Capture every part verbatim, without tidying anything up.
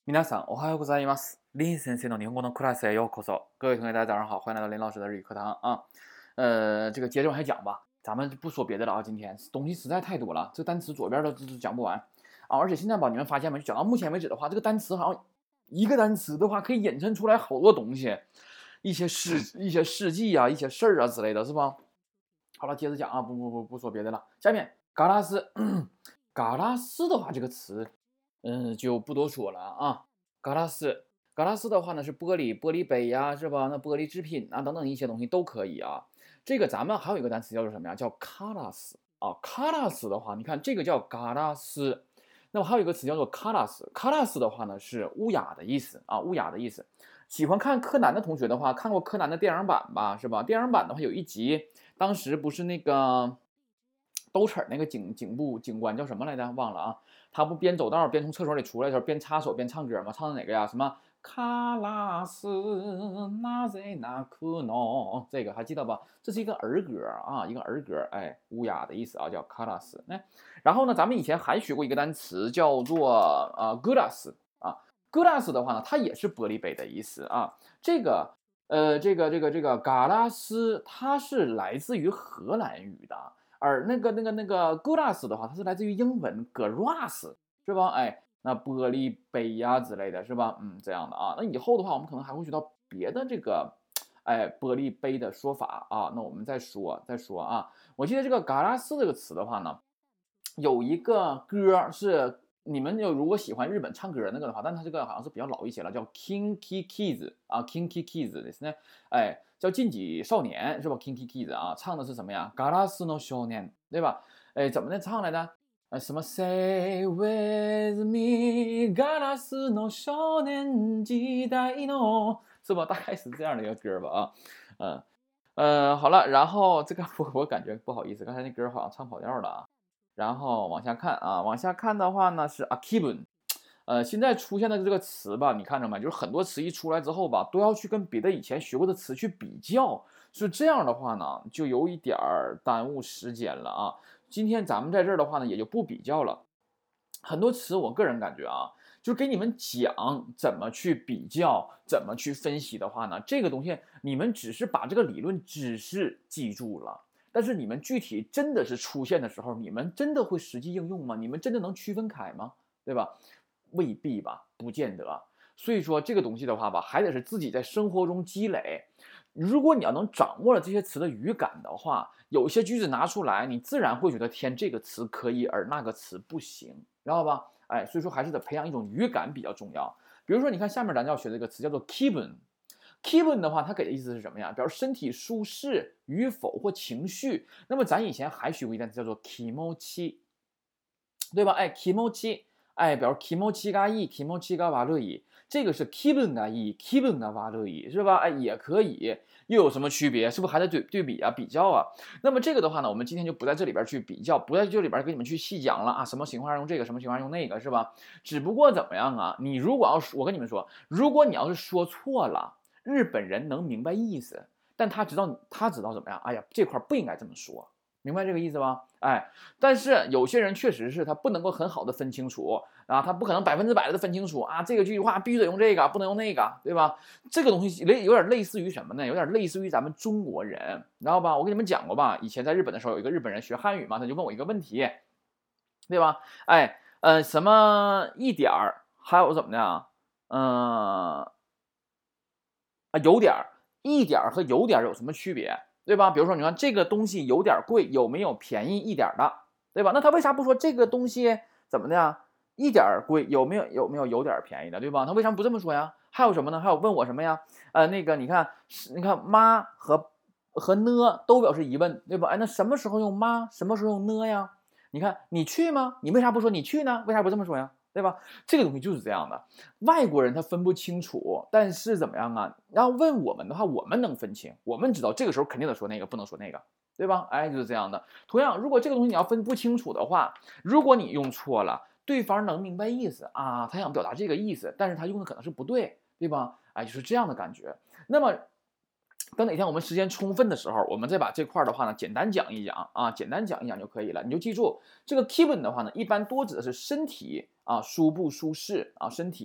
皆さんおはようございます。林先生の日本語のクラスへようこそ。各位同学大家早上好，欢迎来到林老师的日语课堂啊。呃，这个接着往下讲吧，咱们不说别的了啊。今天东西实在太多了，这单词左边都都讲不完啊。而且现在吧，你们发现没？讲到目前为止的话，这个单词好像一个单词的话可以引申出来好多东西，一些事、一些事迹啊，一些事儿啊之类的，是吧？好了，接着讲啊，不不不不说别的了。下面嘎拉斯，嘎拉斯的话，这个词。嗯，就不多说了啊。嘎拉斯，嘎拉斯的话呢是玻璃、玻璃杯呀、是吧？那玻璃制品啊等等一些东西都可以啊。这个咱们还有一个单词叫做什么呀？叫卡拉斯啊。卡拉斯的话，你看这个叫嘎拉斯，那么还有一个词叫做卡拉斯。卡拉斯的话呢是乌鸦的意思啊，乌鸦的意思。喜欢看柯南的同学的话，看过柯南的电影版吧？是吧？电影版的话有一集，当时不是那个。兜齿那个警警部警官叫什么来着？忘了啊。他不边走道边从厕所里出来的时候，边插手边唱歌吗？唱的哪个呀？什么卡拉斯那在那可诺？这个还记得吧？这是一个儿歌啊，一个儿歌，哎，乌鸦的意思啊，叫卡拉斯。哎，然后呢，咱们以前还学过一个单词叫做啊 glass 啊 glass 的话呢，它也是玻璃杯的意思啊。这个呃，这个这个这个嘎拉斯，它是来自于荷兰语的。而那个那个那个 glass 的话，它是来自于英文 glass 是吧？哎，那玻璃杯呀之类的是吧？嗯，这样的啊。那以后的话，我们可能还会学到别的这个，哎，玻璃杯的说法啊。那我们再说再说啊。我记得这个嘎拉斯这个词的话呢，有一个歌是你们有如果喜欢日本唱歌那个的话，但它这个好像是比较老一些了，叫 Kinky Kids 啊 ，Kinky Kids ですね，哎。叫晋级少年是吧 ？Kinky Kids 啊，唱的是什么呀？ガラスの少年，对吧？哎，怎么的唱来的？呃，什么 Say with me，ガラスの少年時代の，是吧？大概是这样的一个歌吧啊，嗯呃，好了，然后这个我我感觉不好意思，刚才那歌好像唱跑调了啊。然后往下看啊，往下看的话呢是 akibun。呃，现在出现的这个词吧，你看着没？就是很多词一出来之后吧，都要去跟别的以前学过的词去比较，所以这样的话呢，就有一点儿耽误时间了啊。今天咱们在这儿的话呢，也就不比较了。很多词，我个人感觉啊，就是给你们讲怎么去比较，怎么去分析的话呢，这个东西你们只是把这个理论知识记住了，但是你们具体真的是出现的时候，你们真的会实际应用吗？你们真的能区分开吗？对吧？未必吧，不见得。所以说这个东西的话吧，还得是自己在生活中积累。如果你要能掌握了这些词的语感的话，有些句子拿出来，你自然会觉得天这个词可以，而那个词不行，知道吧？哎，所以说还是得培养一种语感比较重要。比如说，你看下面咱要学这个词叫做 kiben。kiben 的话，它给的意思是什么呀？表示身体舒适与否或情绪。那么咱以前还学过一单词叫做 kimochi，对吧？哎，kimochi。哎，比如 kimochi ga ii kimochi ga warui，这个是 kiben ga ii kiben ga warui，是吧？哎，也可以，又有什么区别？是不是还得对对比啊、比较啊？那么这个的话呢，我们今天就不在这里边去比较，不在这里边给你们去细讲了啊，什么情况下用这个，什么情况下用那个，是吧？只不过怎么样啊？你如果要我跟你们说，如果你要是说错了，日本人能明白意思，但他知道他知道怎么样？哎呀，这块不应该这么说。明白这个意思吧？哎，但是有些人确实是他不能够很好的分清楚啊，他不可能百分之百的分清楚啊，这个句话必须得用这个，不能用那个，对吧？这个东西类有点类似于什么呢？有点类似于咱们中国人，你知道吧？我跟你们讲过吧，以前在日本的时候，有一个日本人学汉语嘛，他就问我一个问题，对吧？哎，呃，什么一点儿，还有怎么的？嗯、呃、啊，有点儿，一点儿和有点儿有什么区别？对吧？比如说，你看这个东西有点贵，有没有便宜一点的？对吧？那他为啥不说这个东西怎么的呀？一点贵，有没有有没有有点便宜的？对吧？他为啥不这么说呀？还有什么呢？还有问我什么呀？呃，那个你看，你看妈和和呢都表示疑问，对吧？哎，那什么时候用妈？什么时候用呢呀？你看你去吗？你为啥不说你去呢？为啥不这么说呀？对吧？这个东西就是这样的，外国人他分不清楚，但是怎么样啊？要问我们的话，我们能分清，我们知道这个时候肯定得说那个，不能说那个，对吧？哎，就是这样的。同样，如果这个东西你要分不清楚的话，如果你用错了，对方能明白意思啊，他想表达这个意思，但是他用的可能是不对，对吧？哎，就是这样的感觉。那么。等哪天我们时间充分的时候，我们再把这块的话呢，简单讲一讲啊，简单讲一讲就可以了。你就记住，这个 kiben 的话呢，一般多指的是身体啊，舒不舒适啊，身体。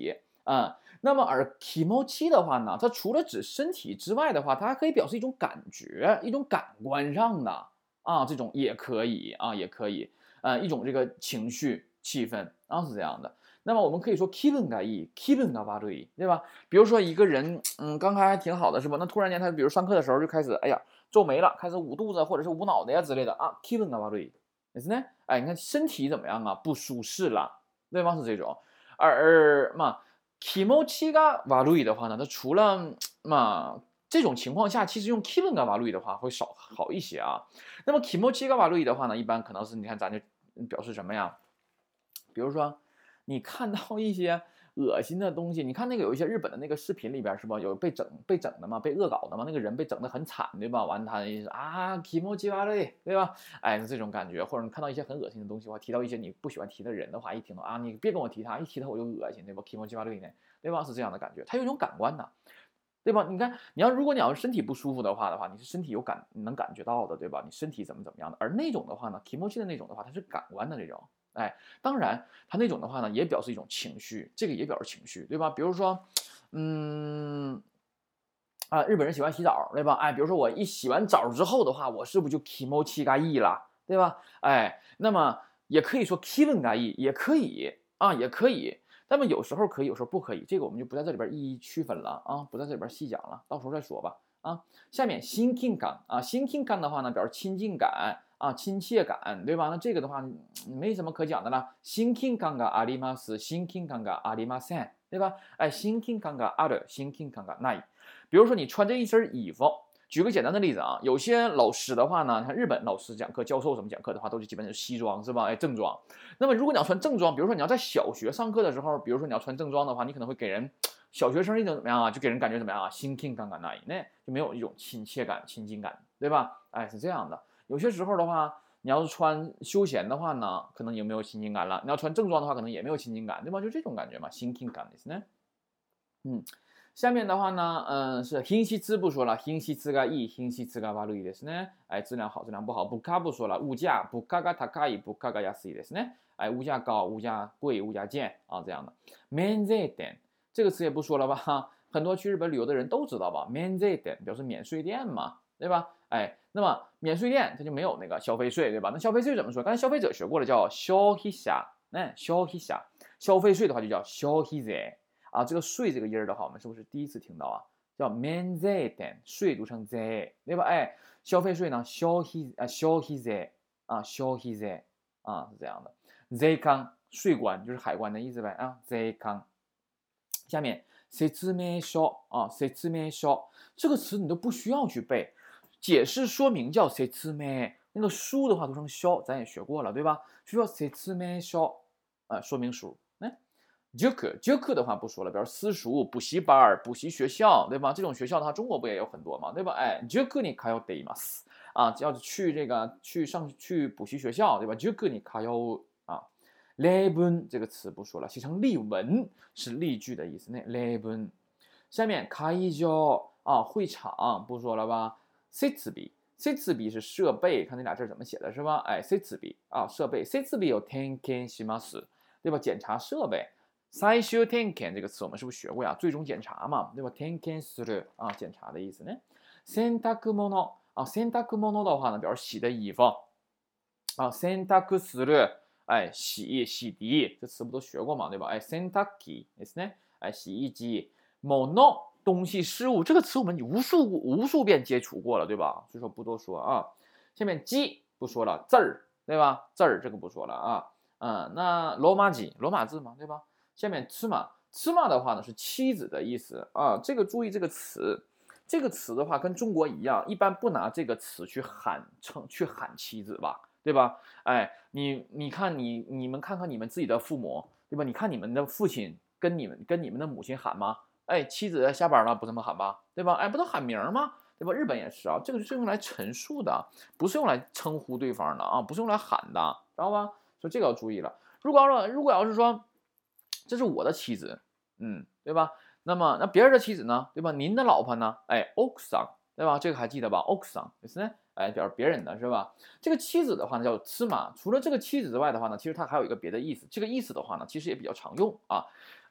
啊、嗯。那么而 kimochi 的话呢，它除了指身体之外的话，它还可以表示一种感觉，一种感官上的啊，这种也可以啊，也可以，呃，一种这个情绪气氛啊是这样的。那么我们可以说 kiven ga i kiven ga warui，对吧？比如说一个人，嗯，刚才还挺好的是吧？那突然间他比如上课的时候就开始，哎呀，皱眉了，开始捂肚子或者是捂脑袋呀之类的啊 kiven ga warui，是呢？哎，你看身体怎么样啊？不舒适了，对吗？是这种，而嘛。kimochi ga warui 的话呢，它除了嘛这种情况下，其实用 kiven ga warui 的话会少好一些啊。那么 kimochi ga warui 的话呢，一般可能是你看咱就表示什么呀？比如说你看到一些恶心的东西，你看那个有一些日本的那个视频里边是吧，有被整被整的嘛，被恶搞的嘛，那个人被整的很惨，对吧？完他啊 kimochi warui，对吧？哎，是这种感觉。或者你看到一些很恶心的东西的话，提到一些你不喜欢提的人的话，一听到啊，你别跟我提他，一提他我就恶心，对吧 kimochi warui 呢，对吧？是这样的感觉，它有一种感官的。对吧？你看，你要如果你要是身体不舒服的话的话，你是身体有感，你能感觉到的，对吧？你身体怎么怎么样的？而那种的话呢 ，kimochi 的那种的话，它是感官的那种。哎，当然，它那种的话呢，也表示一种情绪，这个也表示情绪，对吧？比如说，嗯，啊，日本人喜欢洗澡，对吧？哎，比如说我一洗完澡之后的话，我是不是就 kimochi ga i 了，对吧？哎，那么也可以说 kiven ga i，也可以啊，也可以。那么有时候可以，有时候不可以，这个我们就不在这里边一一区分了啊，不在这里边细讲了，到时候再说吧。啊，下面心近感啊，心近感的话呢，表示亲近感啊，亲切感，对吧？那这个的话没什么可讲的了。心近感があります，心近感がありません，对吧？哎，心近感がある，心近感がない。比如说你穿这一身衣服。举个简单的例子啊，有些老师的话呢，像日本老师讲课、教授什么讲课的话，都是基本是西装，是吧？哎，正装。那么如果你要穿正装，比如说你要在小学上课的时候，比如说你要穿正装的话，你可能会给人小学生一种怎么样啊？就给人感觉怎么样啊？心近感感那一内就没有一种亲切感、亲近感，对吧？哎，是这样的。有些时候的话，你要是穿休闲的话呢，可能也没有亲近感了；你要穿正装的话，可能也没有亲近感，对吧？就这种感觉嘛，心近感ですね。嗯。下面的话呢，嗯，是品質不说了，品質がいい、品質が悪いですね。哎，质量好，质量不好。物価不说了，物价、物価が高い、物価が安いですね。哎，物价高、物价贵、物价贱啊，这样的。免税店这个词也不说了吧，很多去日本旅游的人都知道吧？免税店表示免税店嘛，对吧？哎，那么免税店它就没有那个消费税，对吧？那消费税怎么说？刚才消费者学过了，叫消費者。哎，消費者，消费税的话就叫消費税。啊，这个税这个音儿的话，我们是不是第一次听到啊？叫免税店，税读成 z， 对吧？哎，消费税呢，消費啊消費税啊，消費税啊是这样的。税関税关就是海关的意思呗啊，税関。下面説明書啊，説明書这个词你都不需要去背，解释说明叫説明，那个书的话读成書，咱也学过了，对吧？需要説明書啊，说明书。塾塾的话不说了，比如私塾、补习班、补习学校，对吧？这种学校的话，中国不也有很多嘛，对吧？哎，塾に通っています啊，要去这个去上去補習学校，对吧？塾に通う啊。例文这个词不说了，写成例文是例句的意思。那例文，下面会場啊，会场不说了吧？設備，設備是设备，看那俩字怎么写的是吧？哎，設備啊，设备，設備を点検します，对吧？检查设备。最終点検这个词我们是不是学过呀？最终检查嘛，对吧？点検する啊，检查的意思呢。洗濯物啊，洗濯物的话呢，表示洗的衣服啊。洗濯する，哎，洗洗涤，这词不都学过嘛，对吧？哎，洗濯機ですね，哎，洗衣机。物东西事物这个词我们无数无数遍接触过了，对吧？所以说不多说啊。下面鸡不说了，字儿对吧？字儿这个不说了啊。嗯，那罗马字罗马字嘛，对吧？下面妻马，妻马的话呢是妻子的意思啊。这个注意这个词，这个词的话跟中国一样，一般不拿这个词去喊称去喊妻子吧，对吧？哎，你你看你你们看看你们自己的父母，对吧？你看你们的父亲跟你们跟你们的母亲喊吗？哎，妻子下班了不这么喊吧，对吧？哎，不都喊名吗？对吧？日本也是啊，这个是用来陈述的，不是用来称呼对方的啊，不是用来喊的，知道吧？所以这个要注意了。如果要说如果要是说。这是我的妻子，嗯，对吧？那么那别人的妻子呢，对吧？您的老婆呢？哎，奥桑，对吧？这个还记得吧？奥桑就是呢，哎，表示别人的是吧？这个妻子的话呢叫妻马，除了这个妻子之外的话呢，其实它还有一个别的意思。这个意思的话呢，其实也比较常用啊。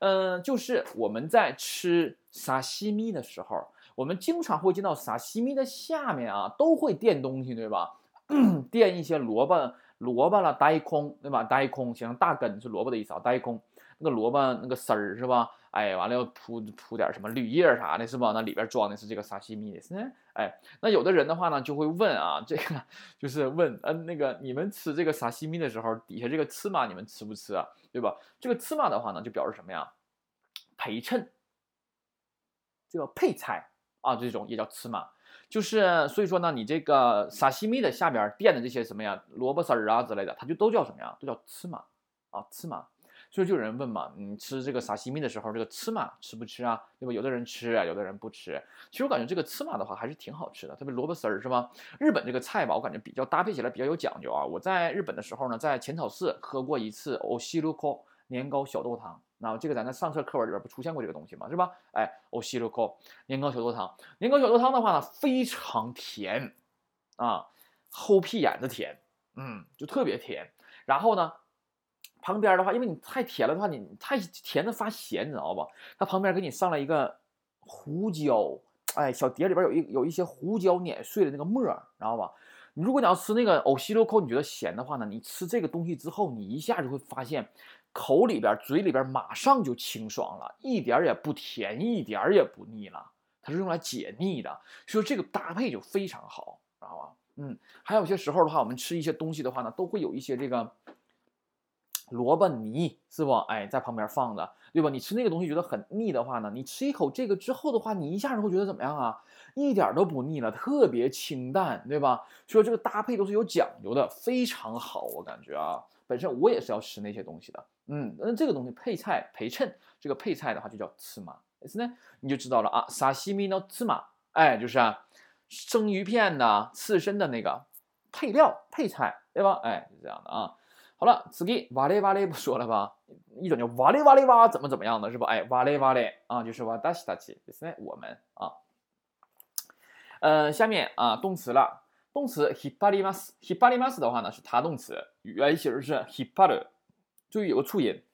嗯、呃，就是我们在吃沙西米的时候，我们经常会见到沙西米的下面啊都会垫东西，对吧？垫一些萝卜、萝卜了、呆空，对吧？呆空，形成大根是萝卜的意思啊，呆空那个萝卜那个丝儿是吧？哎，完了要铺铺点什么绿叶啥的，是吧？那里边装的是这个沙西米的，是呢。哎，那有的人的话呢，就会问啊，这个就是问，嗯、呃，那个你们吃这个沙西米的时候，底下这个芝麻你们吃不吃啊？对吧？这个芝麻的话呢，就表示什么呀？陪衬，这个配菜啊，这种也叫芝麻。就是所以说呢，你这个沙西米的下边垫的这些什么呀，萝卜丝儿啊之类的，它就都叫什么呀？都叫芝麻啊，芝麻。所以就有人问嘛，你吃这个沙西米的时候，这个芝麻吃不吃啊？对吧？有的人吃啊，有的人不吃。其实我感觉这个芝麻的话还是挺好吃的，特别萝卜丝儿是吧？日本这个菜吧，我感觉比较搭配起来比较有讲究啊。我在日本的时候呢，在浅草寺喝过一次 oshiruko 年糕小豆汤。那这个咱在上册课文里边不出现过这个东西吗？是吧？哎 oshiruko 年糕小豆汤，年糕小豆汤的话呢，非常甜啊，齁屁眼子甜，嗯，就特别甜。然后呢，旁边的话，因为你太甜了的话，你太甜的发咸，你知道吧？它旁边给你上来一个胡椒，哎，小碟里边有一有一些胡椒碾碎的那个沫儿，知道吧？你如果你要吃那个藕西六扣，你觉得咸的话呢，你吃这个东西之后，你一下就会发现口里边、嘴里边马上就清爽了，一点也不甜，一点也不腻了。它是用来解腻的，所以这个搭配就非常好，知道吧？嗯，还有些时候的话，我们吃一些东西的话呢，都会有一些这个萝卜泥，是不？哎，在旁边放着，对吧？你吃那个东西觉得很腻的话呢，你吃一口这个之后的话，你一下子会觉得怎么样啊？一点都不腻了，特别清淡，对吧？所以这个搭配都是有讲究的，非常好，我感觉啊，本身我也是要吃那些东西的，嗯，那这个东西配菜陪衬，这个配菜的话就叫吃嘛，是呢，你就知道了啊，沙西米の吃嘛，哎，就是啊，生鱼片的刺身的那个配料配菜，对吧？哎，是这样的啊。好了，次哇嘞哇嘞不说了吧，一种叫哇嘞哇嘞哇怎么怎么样的是吧？哎，哇嘞哇嘞啊，就是哇达西达西，就是我们啊。呃，下面啊动词了，动词 hiparimas，hiparimas 的话呢是他动词，原形是 hiparu，注意有个促音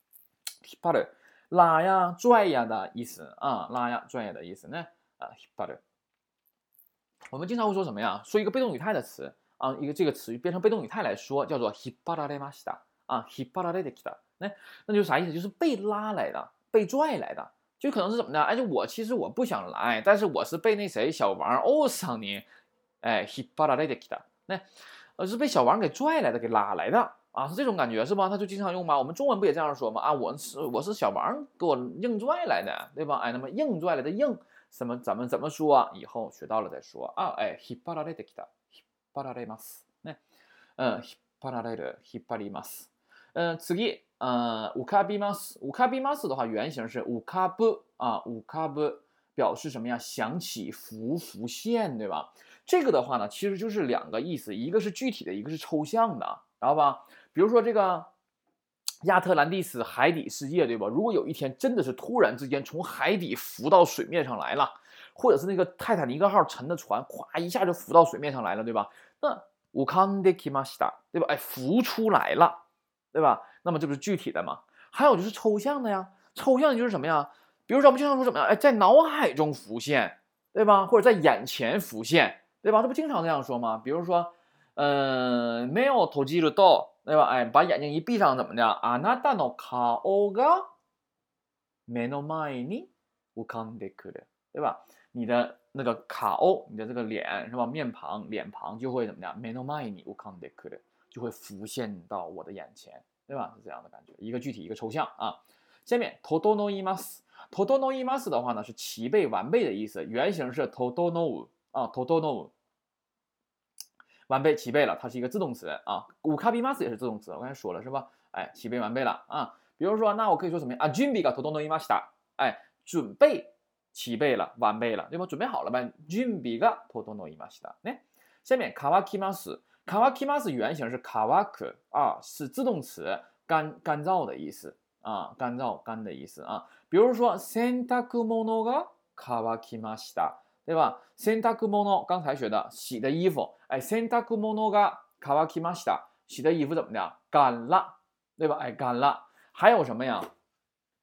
hiparu，拉呀拽呀的意思啊，拉呀拽呀的意思呢啊 hiparu。我们经常会说什么呀？说一个被动语态的词啊，一个这个词语变成被动语态来说，叫做 hipararemashita 啊 hipararete 那那就是啥意思？就是被拉来的，被拽来的。就可能是怎么的？哎，就我其实我不想来，但是我是被那谁小王欧桑尼，哎 hipararete 那呃是被小王给拽来的，给拉来的啊，是这种感觉是吧？他就经常用吧。我们中文不也这样说吗？啊，我是我是小王给我硬拽来的，对吧？哎，那么硬拽来的硬。什么咱们怎么说啊？以后学到了再说啊。哎，引っ張られてきた、引っ張られます。ね。嗯，引っ張られる、引っ張ります。嗯，次、呃，浮かびます。浮かびます的话，原型是浮かぶ啊，浮かぶ表示什么呀？想起、浮、浮现，对吧？这个的话呢，其实就是两个意思，一个是具体的，一个是抽象的，知道吧？比如说这个。亚特兰蒂斯海底世界，对吧？如果有一天真的是突然之间从海底浮到水面上来了，或者是那个泰坦尼克号沉的船，咵一下就浮到水面上来了，对吧？那浮かんできました，对吧？哎，浮出来了，对吧？那么这不是具体的吗？还有就是抽象的呀，抽象的就是什么呀？比如说我们经常说什么呀？哎，在脑海中浮现，对吧？或者在眼前浮现，对吧？这不经常这样说吗？比如说，嗯、呃，目を閉じると。对吧？哎，把眼睛一闭上，怎么的？あなたの顔が目の前に浮かんでくる，对吧？你的那个卡欧，你的这个脸是吧？面庞、脸庞就会怎么样？目の前に浮かんでくる，就会浮现到我的眼前，对吧？是这样的感觉，一个具体，一个抽象啊。下面整います，整います的话呢是齐备、完备的意思，原型是整う啊，整う。完备齐备了，它是一个自动词啊。乌卡比马斯也是自动词，我刚才说了是吧？哎，齐备完备了啊。比如说，那我可以说什么呀？啊，準備が整いました。哎，准备齐备了，完备了，对吧？准备好了呗。準備が整いました。呢，下面乾きます。乾きます原型是乾く啊，是自動詞，干干燥的意思啊，干燥干的意思啊。比如说，洗濯物が乾きました。对吧？洗濯物刚才学的洗的衣服，哎，洗濯物が乾きました，洗的衣服怎么的？干了，对吧？哎，干了。还有什么呀？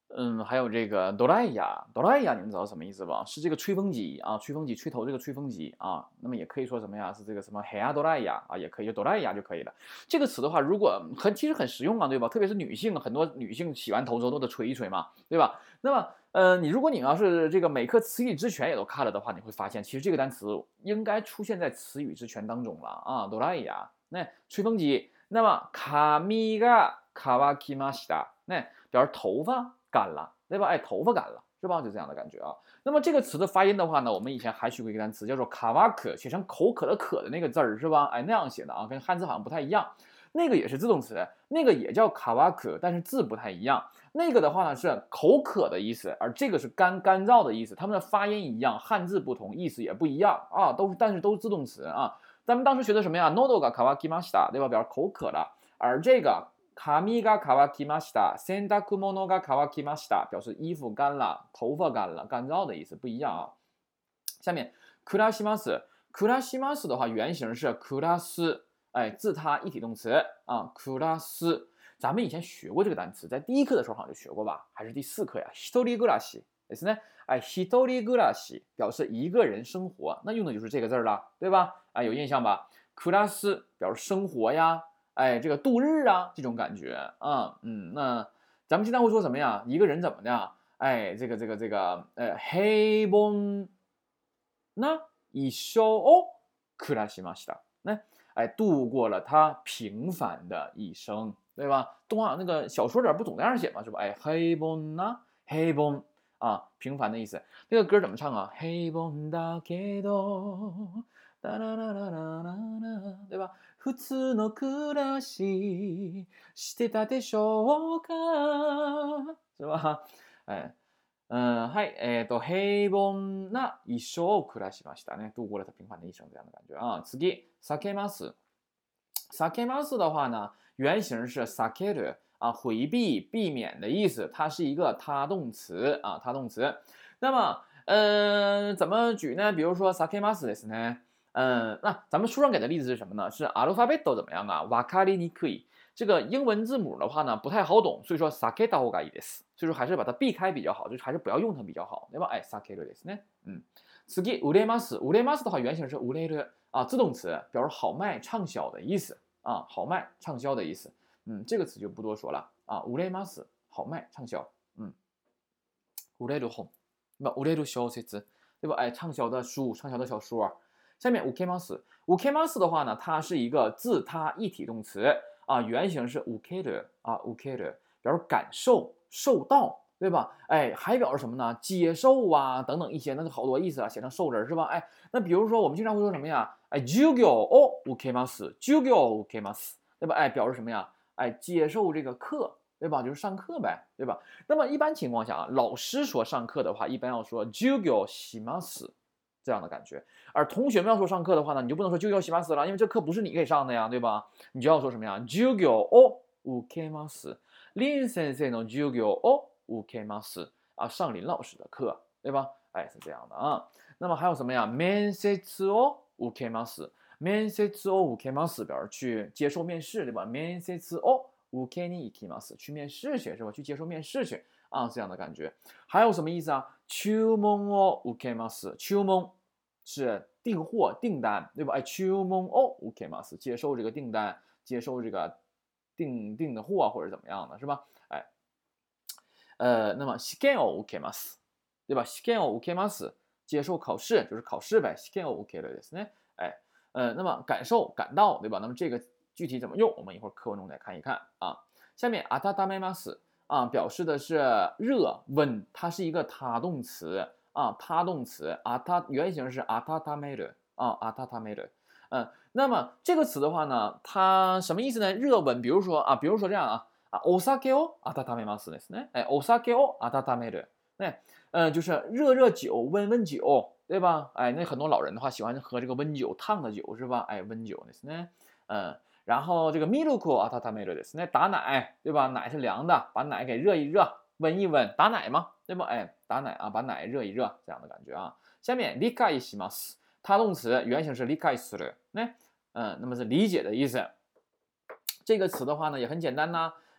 嗯，还有这个哆啦 A 呀，哆啦 A 呀，你们知道什么意思吧？是这个吹风机啊，吹风机吹头这个吹风机啊，那么也可以说什么呀？是这个什么黑呀哆啦 A 呀啊，也可以就哆啦 A 呀就可以了。这个词的话，如果很其实很实用啊，对吧？特别是女性，很多女性洗完头之后都得吹一吹嘛，对吧？那么呃，你如果你要是这个每课词语之全也都看了的话，你会发现其实这个单词应该出现在词语之全当中了啊，哆啦 A 呀，那吹风机，那么卡米が乾きました，那表示头发干了，对吧？哎，头发干了，是吧？就这样的感觉啊。那么这个词的发音的话呢，我们以前还学过一个单词叫做卡瓦可，写成口渴的渴的那个字儿，是吧？哎，那样写的啊，跟汉字好像不太一样。那个也是自动词，那个也叫卡瓦可，但是字不太一样。那个的话呢是口渴的意思，而这个是干干燥的意思，它们的发音一样，汉字不同，意思也不一样啊，都是但是都是自动词啊。咱们当时学的什么呀？Nodo ga kawakimashita，对吧？表示口渴了，而这个髪が乾きました、洗濯物が乾きました，表示衣服干了、头发干了、干燥的意思不一样啊。下面暮らします，暮らします的话，原型是暮らす，哎，自他一体动词啊，暮らす。咱们以前学过这个单词，在第一课的时候好像就学过吧？还是第四课呀？一人暮らしですね。哎，一人暮らし表示一个人生活，那用的就是这个字了，对吧？哎，有印象吧？暮らす表示生活呀。哎，这个度日啊，这种感觉啊，嗯，那咱们经常会说什么呀？一个人怎么的？哎，这个这个这个，呃，平凡な一生を暮らしました。那哎，度过了他平凡的一生，对吧？动画那个小说里不总那样写吗？是吧？哎，平凡な平凡啊，平凡的意思。那个歌怎么唱啊？平凡だけど。哒啦啦啦啦啦啦，对吧？普通の暮らししてたでしょうか，是吧？哎，嗯，はい、えっと平凡な一生を暮らしましたね，度过了他平凡的一生，这样的感觉啊。次、避けます。避けます的话呢，原型是避ける啊，回避、避免的意思，它是一个他动词啊，他动词。那么，呃，怎么举呢？比如说避けますですね。嗯，那咱们书上给的例子是什么呢？是アルファベット怎么样啊？わかりにくい。这个英文字母的话呢，不太好懂，所以说避けた方がいいです。所以说还是把它避开比较好，就还是不要用它比较好，对吧？哎，避けるですね。嗯，次、売れます。売れます的话，原型是売れる啊，自动词，表示好卖、畅销的意思啊，好卖、畅销的意思。嗯，这个词就不多说了啊，売れます，好卖、畅销。嗯，売れる本，那売れる小説，对吧？哎，畅销的书，畅销的小说。下面 受けます，受けます的话呢，它是一个自他一体动词啊，原型是受ける啊，受ける表示感受、受到，对吧？哎，还表示什么呢？接受啊，等等一些，那就好多意思啊，写成受人是吧？哎，那比如说我们经常会说什么呀？哎，授業を受けます，授業を受けます，对吧？哎，表示什么呀？哎，接受这个课，对吧？就是上课呗，对吧？那么一般情况下啊，老师说上课的话，一般要说授業します。这样的感觉，而同学们要说上课的话呢，你就不能说授業します了，因为这课不是你给上的呀，对吧？你就要说什么呀？授業を受けます。林先生の授業を受けます啊，上林老师的课，对吧？哎，是这样的啊。那么还有什么呀？面接を受けます。面接を受けます表示去接受面试，对吧？面接を受けに行きます，去面試去是吧？去接受面試去啊，这样的感觉。还有什么意思啊？注文を受けます。注文是订货、订单，对吧？哎，注文を受けます，接受这个订单，接受这个订订的货或者怎么样的，是吧？哎，呃，那么試験を受けます，对吧？試験を受けます，接受考试就是考试呗。試験を受けるですね。哎，呃，那么感受、感到，对吧？那么这个具体怎么用，我们一会儿课文中再看一看啊。下面温めます啊，表示的是热温，它是一个他动词啊，他动词啊，它原型是温める啊，温める。嗯，那么这个词的话呢，它什么意思呢？热温，比如说啊，比如说这样啊。啊，お酒を温めますですね。哎，お酒を温める。哎，呃，就是热热酒、温温酒，对吧？哎，那很多老人的话喜欢喝这个温酒、烫的酒是吧？哎，温酒ですね。嗯，然后这个ミルクを温めるですね，打奶，对吧？奶是凉的，把奶给热一热，温一温，打奶嘛，对吧？哎，打奶啊，把奶热一热，这样的感觉啊。下面理解します，他动词原型是理解する，那嗯，那么是理解的意思。这个词的话呢，也很简单呐。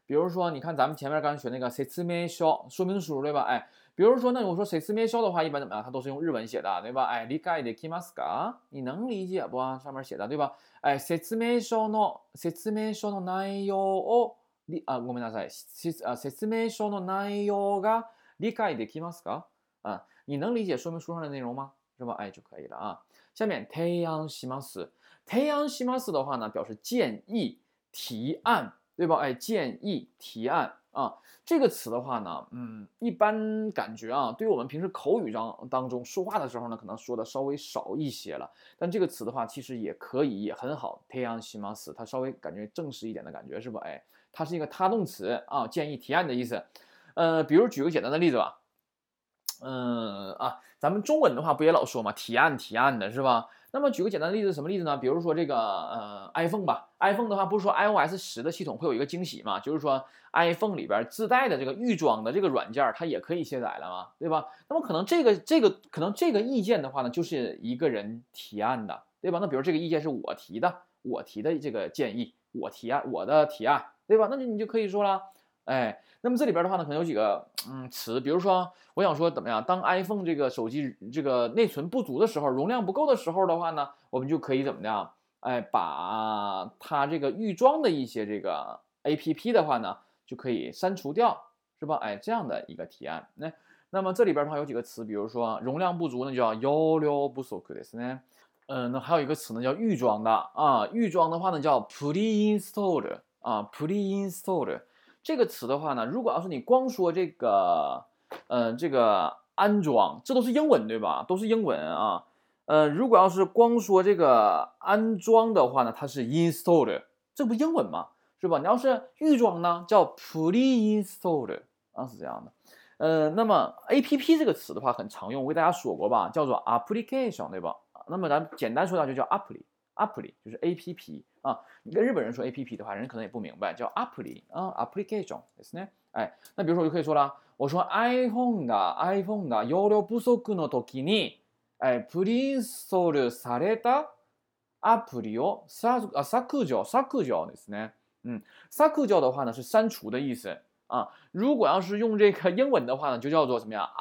比如说，你看咱们前面刚才学那个説明書说明书，对吧？哎，比如说，那我说説明書的话，一般怎么样？它都是用日文写的，对吧？哎，理解できますか？你能理解不？上面写的，对吧？哎，説明書の説明書の内容をあ、ごめんなさい。説明書の内容が理解できますか？啊，你能理解说明书上的内容吗？是吧？哎，就可以了啊。下面提案します。提案します的话呢，表示建议、提案，对吧？哎，建议、提案啊，这个词的话呢，嗯，一般感觉啊，对于我们平时口语当当中说话的时候呢，可能说的稍微少一些了。但这个词的话，其实也可以，也很好。提案します，它稍微感觉正式一点的感觉，是吧？哎，它是一个他动词啊，建议、提案的意思。呃，比如举个简单的例子吧。嗯啊，咱们中文的话不也老说嘛，提案提案的是吧？那么举个简单的例子，什么例子呢？比如说这个呃 iPhone 吧，iPhone 的话不是说 iOS 十的系统会有一个惊喜嘛，就是说 iPhone 里边自带的这个预装的这个软件，它也可以卸载了嘛，对吧？那么可能这个这个可能这个意见的话呢，就是一个人提案的，对吧？那比如这个意见是我提的，我提的这个建议，我提案我的提案，对吧？那你就可以说了。哎，那么这里边的话呢，可能有几个嗯词，比如说，我想说怎么样？当 iPhone 这个手机这个内存不足的时候，容量不够的时候的话呢，我们就可以怎么样？哎，把它这个预装的一些这个 A P P 的话呢，就可以删除掉，是吧？哎，这样的一个提案。那那么这里边的话有几个词，比如说容量不足呢，叫容量不足ですね。嗯，那还有一个词呢，叫预装的啊，预装的话呢叫 pre-install 啊 pre-install。这个词的话呢，如果要是你光说这个，呃，这个安装，这都是英文对吧？都是英文啊。呃，如果要是光说这个安装的话呢，它是 install，这不英文吗？是吧？你要是预装呢，叫 pre-install 啊，是这样的。呃，那么 A P P 这个词的话很常用，我给大家说过吧，叫做 application，对吧？那么咱简单说下就叫 apply，apply 就是 A P P 啊。你跟日本人说 A P P 的话，人可能也不明白，叫 apply 啊 application ですね。哎，那比如说我就可以说了，我说 iPhone が iPhone が容量不足の時に、哎、プリインストールされたアプリを削あ削除削除ですね。嗯，削除的话呢是删除的意思啊。如果要是用这个英文的话呢，就叫做怎么样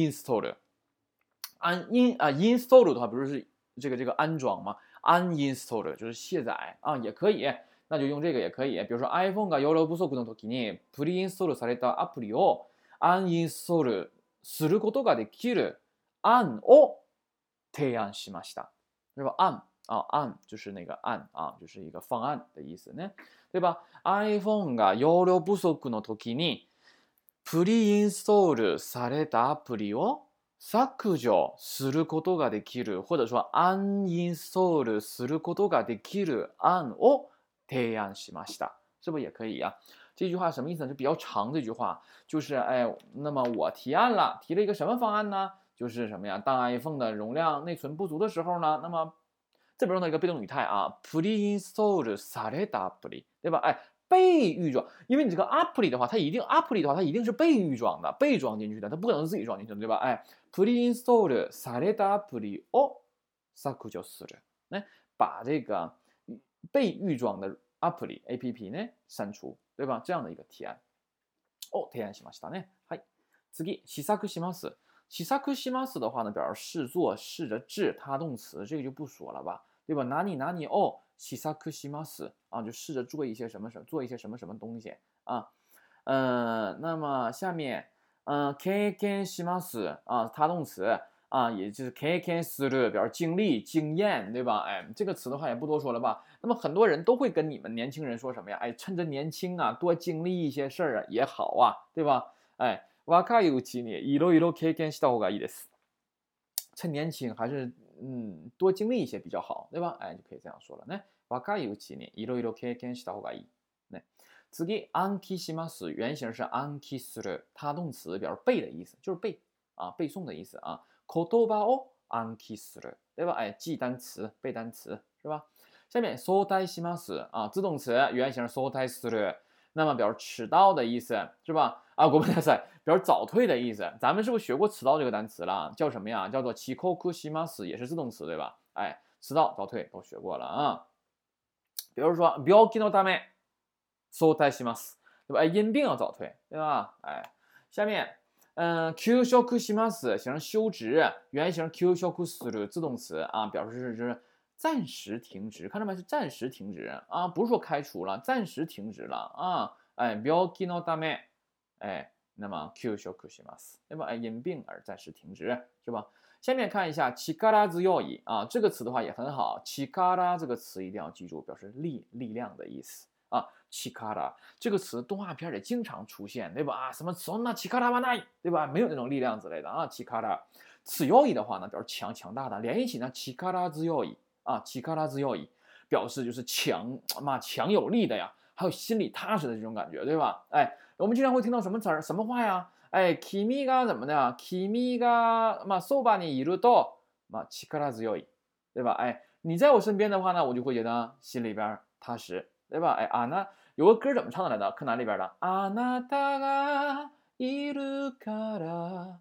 uninstall。un in 啊 install 的话，不是这个这个安装吗？ uninstall 就是卸载啊，也可以，那就用这个也可以。比如说 iPhone が容量不足の時にプリインストールされたアプリをアンインストールすることができる案を提案しました，是吧？案啊，案就是那个案啊，就是一个方案的意思呢，对吧 ？iPhone が容量不足の時にプリインストールされたアプリを削除することができる，或者说アンインストールすることができる案を提案しました，是不是也可以呀？这句话什么意思呢？就比较长。这句话就是哎，那么我提案了，提了一个什么方案呢？就是什么呀？当 iPhone 的容量内存不足的时候呢，那么这边用到一个被动语态啊，プリインストールされたアプリ，对吧？哎。被预装，因为你这个 apply 的话，它一定 apply 的话，它一定是被预装的，被装进去的，它不可能是自己装进去的，对吧？哎，pre-install されたアプリを削除する，来把这个被预装的 apply A P P 呢删除，对吧？这样的一个提案。哦，提案しましたね。はい。次、試作します。試作します的话呢，表示试做、试着治，他动词，这个就不说了吧，对吧？哪里哪里哦。試作します啊，就试着做一些什么什么，做一些什么什么东西啊。呃，那么下面，嗯、呃，経験します啊，他动词啊，也就是経験する，表示经历、经验，对吧？哎，这个词的话也不多说了吧。那么很多人都会跟你们年轻人说什么呀？哎，趁着年轻啊，多经历一些事儿啊也好啊，对吧？哎，若いうちにいろいろ経験した方がいいです。趁年轻还是嗯多经历一些比较好，对吧？哎，就可以这样说了呢。若いうちにいろいろ経験した方がいい。ね。次、暗記します，原型是暗記する，他动词表示背的意思，就是背啊，背诵的意思啊。言葉を暗記する，对吧？哎，记单词，背单词，是吧？下面早退します啊，自动词原型早退する，那么表示迟到的意思，是吧？啊，ごめんなさい，表示早退的意思。咱们是不是学过迟到这个单词了？叫什么呀？叫做遅刻します，也是自动词，对吧？哎，迟到、早退都学过了啊。比如说病気のため早退します。 对吧？哎，因病要早退，对吧？哎，下面，嗯，休息します形成休止，原形休息する自动词啊，表示是是暂时停止，看到没？是暂时停止啊，不是说开除了，暂时停止了啊。哎，病気のため，哎，那么休息します，对吧？哎，因病而暂时停止，是吧？下面看一下力強い啊，这个词的话也很好，力这个词一定要记住，表示力、力量的意思啊。力这个词动画片里经常出现，对吧？啊，什么そんな力はない，对吧？没有那种力量之类的啊。力強い的话呢，表示强、强大的，连一起呢，力強い啊，力強い表示就是强嘛，强有力的呀。还有心里踏实的这种感觉，对吧？哎，我们经常会听到什么词儿、什么话呀？哎，君が怎么的？君がまあそばにいるとまあ力強い，对吧？哎，你在我身边的话呢，我就会觉得心里边踏实，对吧？哎啊，那有个歌怎么唱的来着？柯南里边的あなたがいるから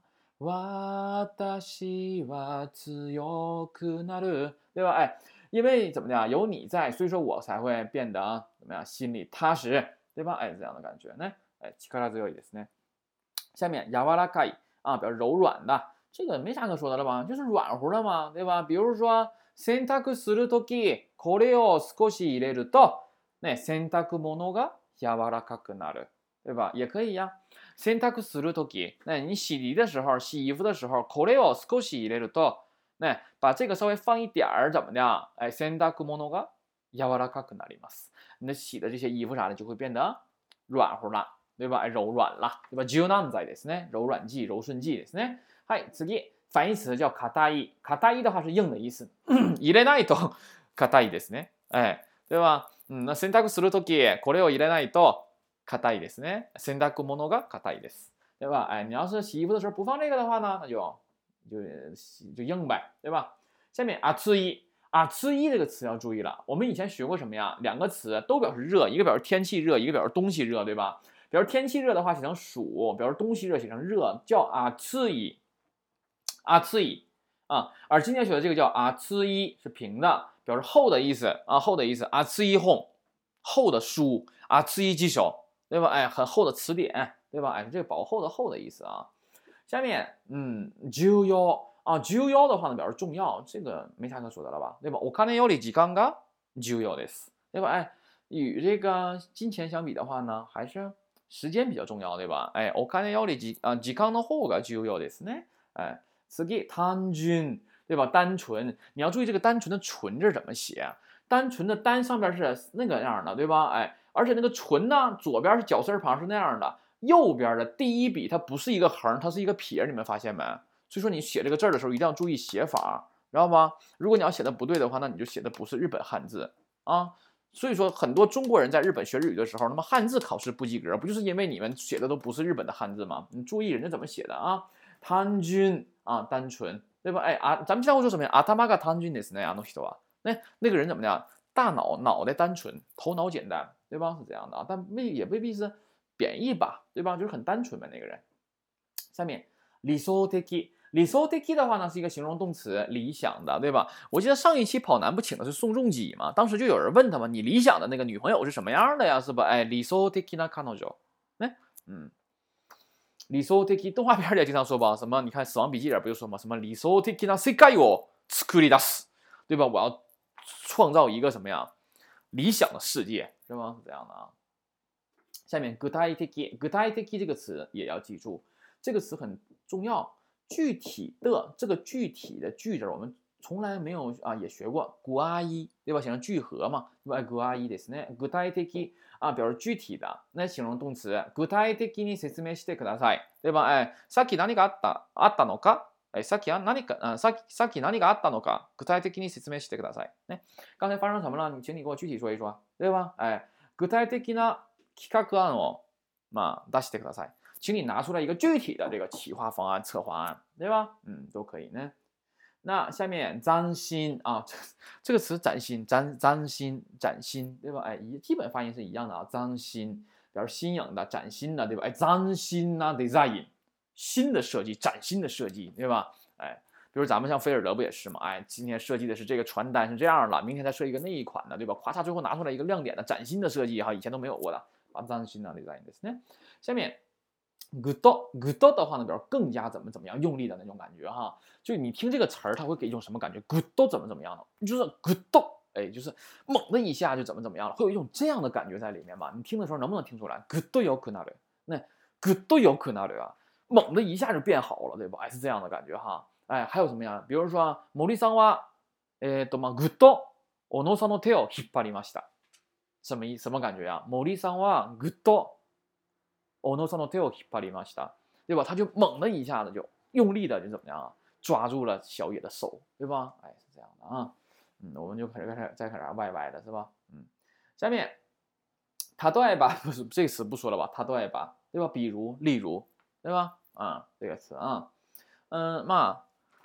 私は強くなる，对吧？哎。因为怎么的，有你在，所以说我才会变得怎么样，心里踏实，对吧？哎，这样的感觉呢，哎，力強いですね。下面柔らかい啊，表示柔软的，这个没啥可说的了吧？就是软乎的嘛，对吧？比如说洗濯するとき、これを少し入れると、ね、洗濯物が柔らかくなる，对吧？也可以呀。洗濯するとき，那你洗涤的时候，洗衣服的时候，これを少し入れると。那把这个稍微放一点儿，怎么的？哎，洗濯物が柔らかくなります。你的洗的这些衣服啥的就会变得软乎了，对吧？哎，柔软了，对吧？柔軟剤ですね，柔软剂、柔顺剂ですね。はい、次反义词叫硬い，硬い的话是硬的意思，入れないと硬いですね。哎，对吧？嗯，那洗濯するときこれを入れないと硬いですね。洗濯物が硬いです，对吧？哎，你要是洗衣服的时候不放这个的话呢，那就。就就硬呗，对吧？下面啊，次一啊，次一这个词要注意了。我们以前学过什么呀？两个词都表示热，一个表示天气热，一个表示东西热，对吧？表示天气热的话写成暑，表示东西热写成热，叫啊次一啊次一啊。而今天学的这个叫啊次一是平的，表示厚的意思啊，厚的意思啊次一厚厚的书啊次一记手，对吧？哎，很厚的词典，对吧？哎，这个薄厚的厚的意思啊。下面，嗯，重要啊，重要的话呢，表示重要，这个没啥可说的了吧，对吧？お金より時間が重要です，对吧？哎，与这个金钱相比的话呢，还是时间比较重要，对吧？哎，お金よりじ啊時間の方が重要ですね。哎，次単純，对吧？单纯，你要注意这个单纯的纯字怎么写，单纯的单上边是那个样的，对吧？哎，而且那个纯呢，左边是绞丝旁是那样的。右边的第一笔它不是一个横，它是一个撇，你们发现没？所以说你写这个字的时候一定要注意写法，知道吗？如果你要写的不对的话，那你就写的不是日本汉字啊。所以说很多中国人在日本学日语的时候，那么汉字考试不及格，不就是因为你们写的都不是日本的汉字吗？你注意人家怎么写的啊？単純啊，单纯，对吧？哎啊，咱们经常会说什么呀？頭が単純ですね，あの人は。那那个人怎么样？大脑脑袋单纯，头脑简单，对吧？是这样的啊，但未也未必是。贬义吧，对吧？就是很单纯的那个人。下面理想的，理想的的话呢是一个形容动词，理想的，对吧？我记得上一期跑男不请的是宋仲基嘛，当时就有人问他嘛，你理想的那个女朋友是什么样的呀？是吧？哎，理想的な彼女，哎，嗯，理想的动画片里也经常说吧，什么？你看《死亡笔记》里不就说嘛，什么理想的な世界を作り出す，对吧？我要创造一个什么呀？理想的世界，是吗？是这样的啊。下面具体的，具体的这个词也要记住，这个词很重要。具体的这个具体的句子，我们从来没有啊，也学过具体，对吧？写成聚合嘛，对吧？具体ですね。具体的啊，表示具体的，那形容动词。具体的に説明してください，对吧？哎，さっき何があったあったのか？哎，さっき何か啊，さっきさっき何があったのか？具体的に説明してください。ね，刚才发生什么了？你请你给我具体说一说，对吧？哎，具体的な企画案をまあ出してください，请你拿出来一个具体的这个企划方案、策划案，对吧？嗯，都可以呢。那下面崭新啊，这这个词崭新、崭崭新、崭新，对吧？哎，一基本发音是一样的啊。崭新表示新颖的、崭新的，对吧？哎，崭新啊 ，design 新的设计、崭新的设计，对吧？哎，比如咱们像菲尔德不也是吗？哎，今天设计的是这个传单是这样的，明天再设计一个那一款的，对吧？咵嚓，最后拿出来一个亮点的、崭新的设计哈，以前都没有过的。 啊，斬新なデザインですね。下面。グッドグッド的话呢，表示更加怎么怎么样用力的那种感觉哈。就你听这个词儿，它会给一种什么感觉？グッド怎么怎么样的？就是グッド，哎，就是猛的一下就怎么怎么样了，会有一种这样的感觉在里面吧？你听的时候能不能听出来？グッド良くなる，那グッド良くなる啊，猛的一下就变好了，对吧？哎，是这样的感觉哈。哎，还有什么样？比如说森さんはえっとまあグッド小野さんの手を引っ張りました，什么意什么感觉啊？森さんはグッド小野さんの手を引っ張りました，对吧？他就猛的一下子就用力的就怎么样啊？抓住了小野的手，对吧？哎，是这样的啊。嗯，我们就开始开始再开始歪歪的是吧？嗯，下面例えば不是这个词不说了吧？例えば对吧？比如例如对吧？啊，这个词啊，嗯，まあ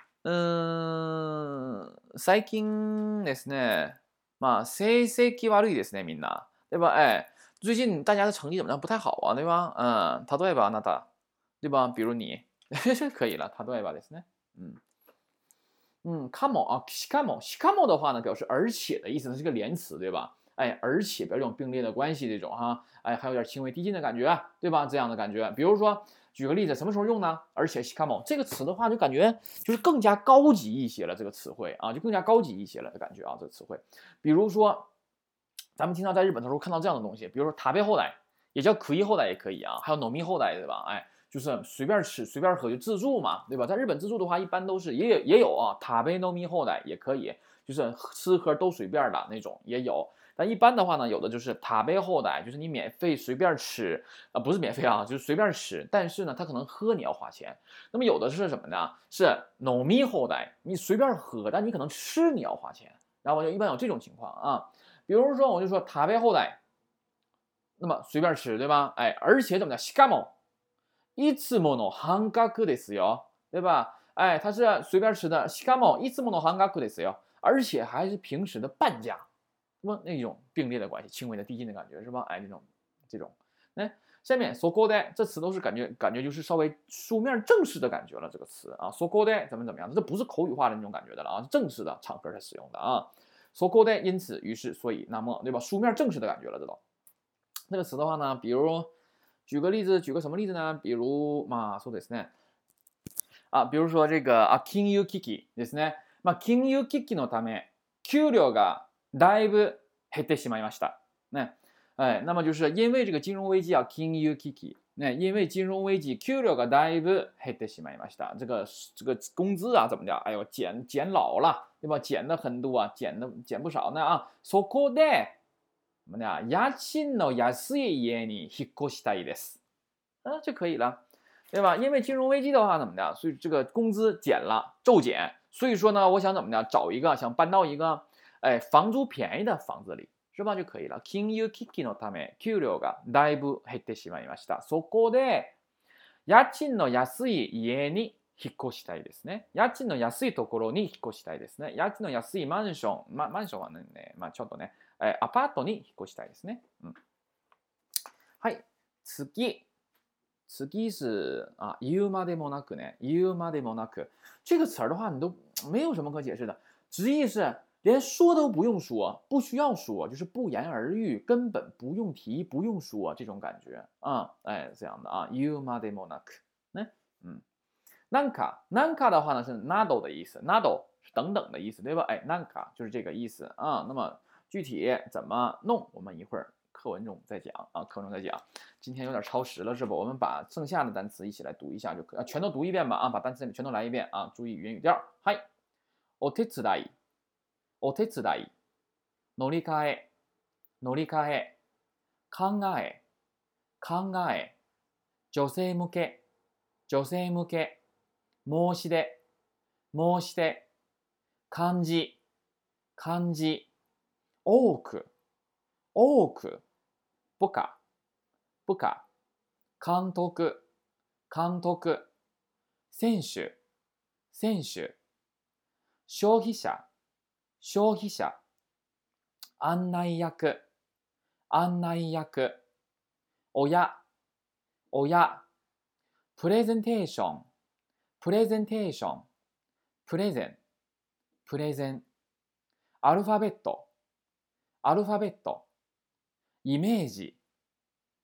嗯最近ですね、まあ成績悪いですねみんな，对吧？哎。最近大家的成绩怎么样？不太好啊，对吧？嗯，例えばあなた，对吧？比如你，可以了。例えばですね。嗯嗯，かも啊，しかもしかも的话呢，表示而且的意思，它是个连词，对吧？哎，而且表示这种并列的关系，这种哈，哎，还有点轻微递进的感觉，对吧？这样的感觉，比如说，举个例子，什么时候用呢？而且しかも这个词的话，就感觉就是更加高级一些了，这个词汇啊，就更加高级一些了的感觉啊，这个词汇，比如说。咱们经常在日本的时候看到这样的东西，比如说塔贝后来，也叫可以后来也可以啊，还有农民后来，对吧？哎，就是随便吃随便喝就自助嘛，对吧？在日本自助的话，一般都是也有也有啊，塔贝农民后来也可以，就是吃喝都随便的那种也有。但一般的话呢，有的就是塔贝后来，就是你免费随便吃，啊、呃，不是免费啊，就是随便吃，但是呢，他可能喝你要花钱。那么有的是什么呢？是农民后来，你随便喝，但你可能吃你要花钱。然后就一般有这种情况啊。比如说，我就说塔贝后来，那么随便吃，对吧？哎，而且怎么讲？しかもいつもの半額ですよ，对吧？哎，它是随便吃的。しかもいつもの半額ですよ，而且还是平时的半价，那么那种并列的关系，轻微的递进的感觉，是吧？哎，这种这种。哎，下面そこで这词都是感觉感觉就是稍微书面正式的感觉了，这个词啊，そこで怎么怎么样？这不是口语化的那种感觉的了啊，正式的场合才使用的啊。so called 因此于是所以那么对吧？书面正式的感觉了，这都。那个词的话呢，比如举个例子，举个什么例子呢？比如まあそうですね。あ、比如说这个あ金融危機ですね。まあ金融危機のため給料がだいぶ減ってしまいました。ね。哎，那么就是因为这个金融危机啊，金融危機。那因为金融危机，給料がだいぶ減ってしまいました。这个这个工资啊，怎么的？哎呦，减减老了，对吧？减的很多啊，减的减不少呢啊。そこで什么呢？家賃の安い家に引っ越したいです。啊，就可以了，对吧？因为金融危機的话，怎么的？所以这个工资减了，骤减。所以说呢，我想怎么的？找一个想搬到一个哎房租便宜的房子里。是吧就可以了。金融危機のため給料がだいぶ減ってしまいました。そこで家賃の安い家に引っ越したいですね。家賃の安いところに引っ越したいですね。家賃の安いマンション、ま、マンションはね、まあ、ちょっとね、えアパートに引っ越したいですね。うん、はい、次。次是啊，言うまでもなくね，言うまでもなく，这个词儿的话，你都没有什么可解释的，直译是。连说都不用说，不需要说，就是不言而喻，根本不用提，不用说这种感觉啊，哎，这样的啊。言うまでもなく，呢，嗯，なんかなんか的话呢是など的意思，など是等等的意思，对吧？哎，なんか就是这个意思啊。那么具体怎么弄，我们一会儿课文中再讲啊，课中再讲。今天有点超时了是吧？我们把剩下的单词一起来读一下就可以，啊，全都读一遍吧啊，把单词全都来一遍啊，注意语音语调。はい、お手伝い。お手伝い、乗り換え、乗り換え、考え、考え、女性向け、女性向け、申し出、申し出、漢字、漢字、多く、多く、部下、部下、監督、監督、選手、選手、消費者、消費者、案内役、案内役、親、親、プレゼンテーション、プレゼンテーション、プレゼン、プレゼン、アルファベット、アルファベット、イメージ、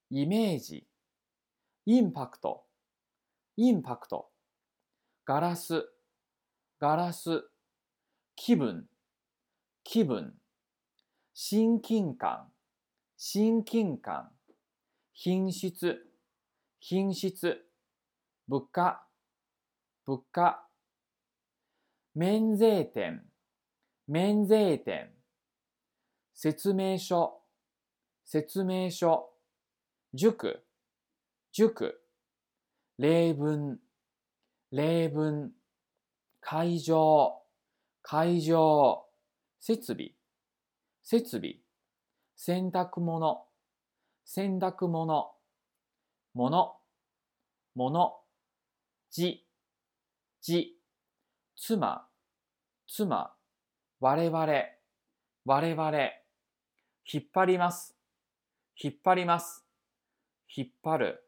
イメージ、インパクト、インパクト、ガラス、ガラス、気分、気分、親近感、親近感、品質、品質、物価、物価、免税店、免税店、説明書、説明書、塾、塾、例文、例文、会場、会場、設備、設備、洗濯物、洗濯物、物、物、字、字、妻、妻、我々、我々、引っ張ります、引っ張ります、引っ張る、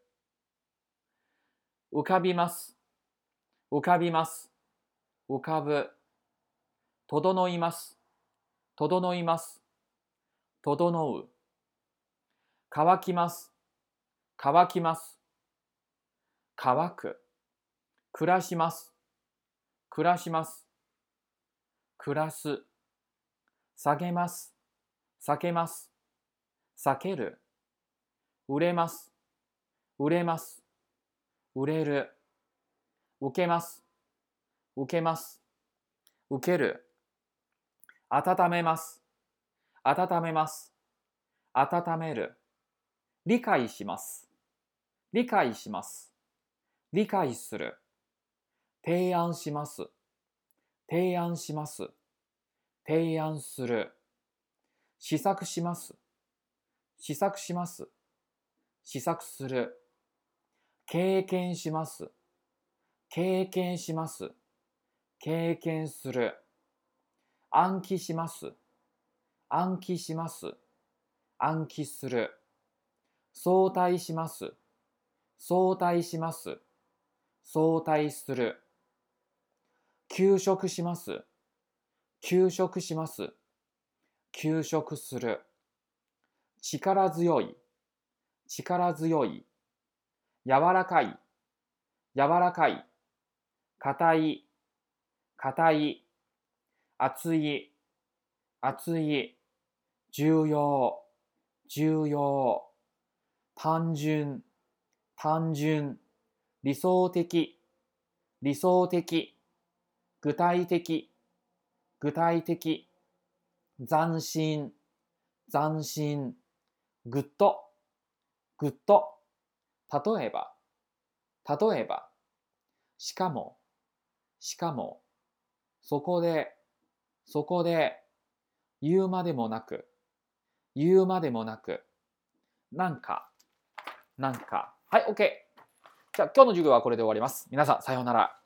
浮かびます、浮かびます、浮かぶ、整います、整います、整う、乾きます、乾きます、乾く、暮らします、暮らします、暮らす、下げます、避けます、避ける、売れます、売れます、売れる、受けます、受けます、受ける、温めます、温めます、温める、理解します、理解します、理解する、提案します、提案します、提案する、試作します、試作します、試作する、経験します、経験します、経験する、暗記します、暗記します、暗記する、相対します、相対します、相対する、休職します、休職します、休職する、力強い、力強い、柔らかい、柔らかい、硬い、硬い、熱い、熱い、重要、重要、単純、単純、理想的、理想的、具体的、具体的、斬新、斬新、ぐっと、ぐっと、例えば、例えば、しかも、しかも、そこで、そこで、言うまでもなく、言うまでもなく、なんか、なんか。はい、OK。じゃあ今日の授業はこれで終わります。皆さん、さようなら。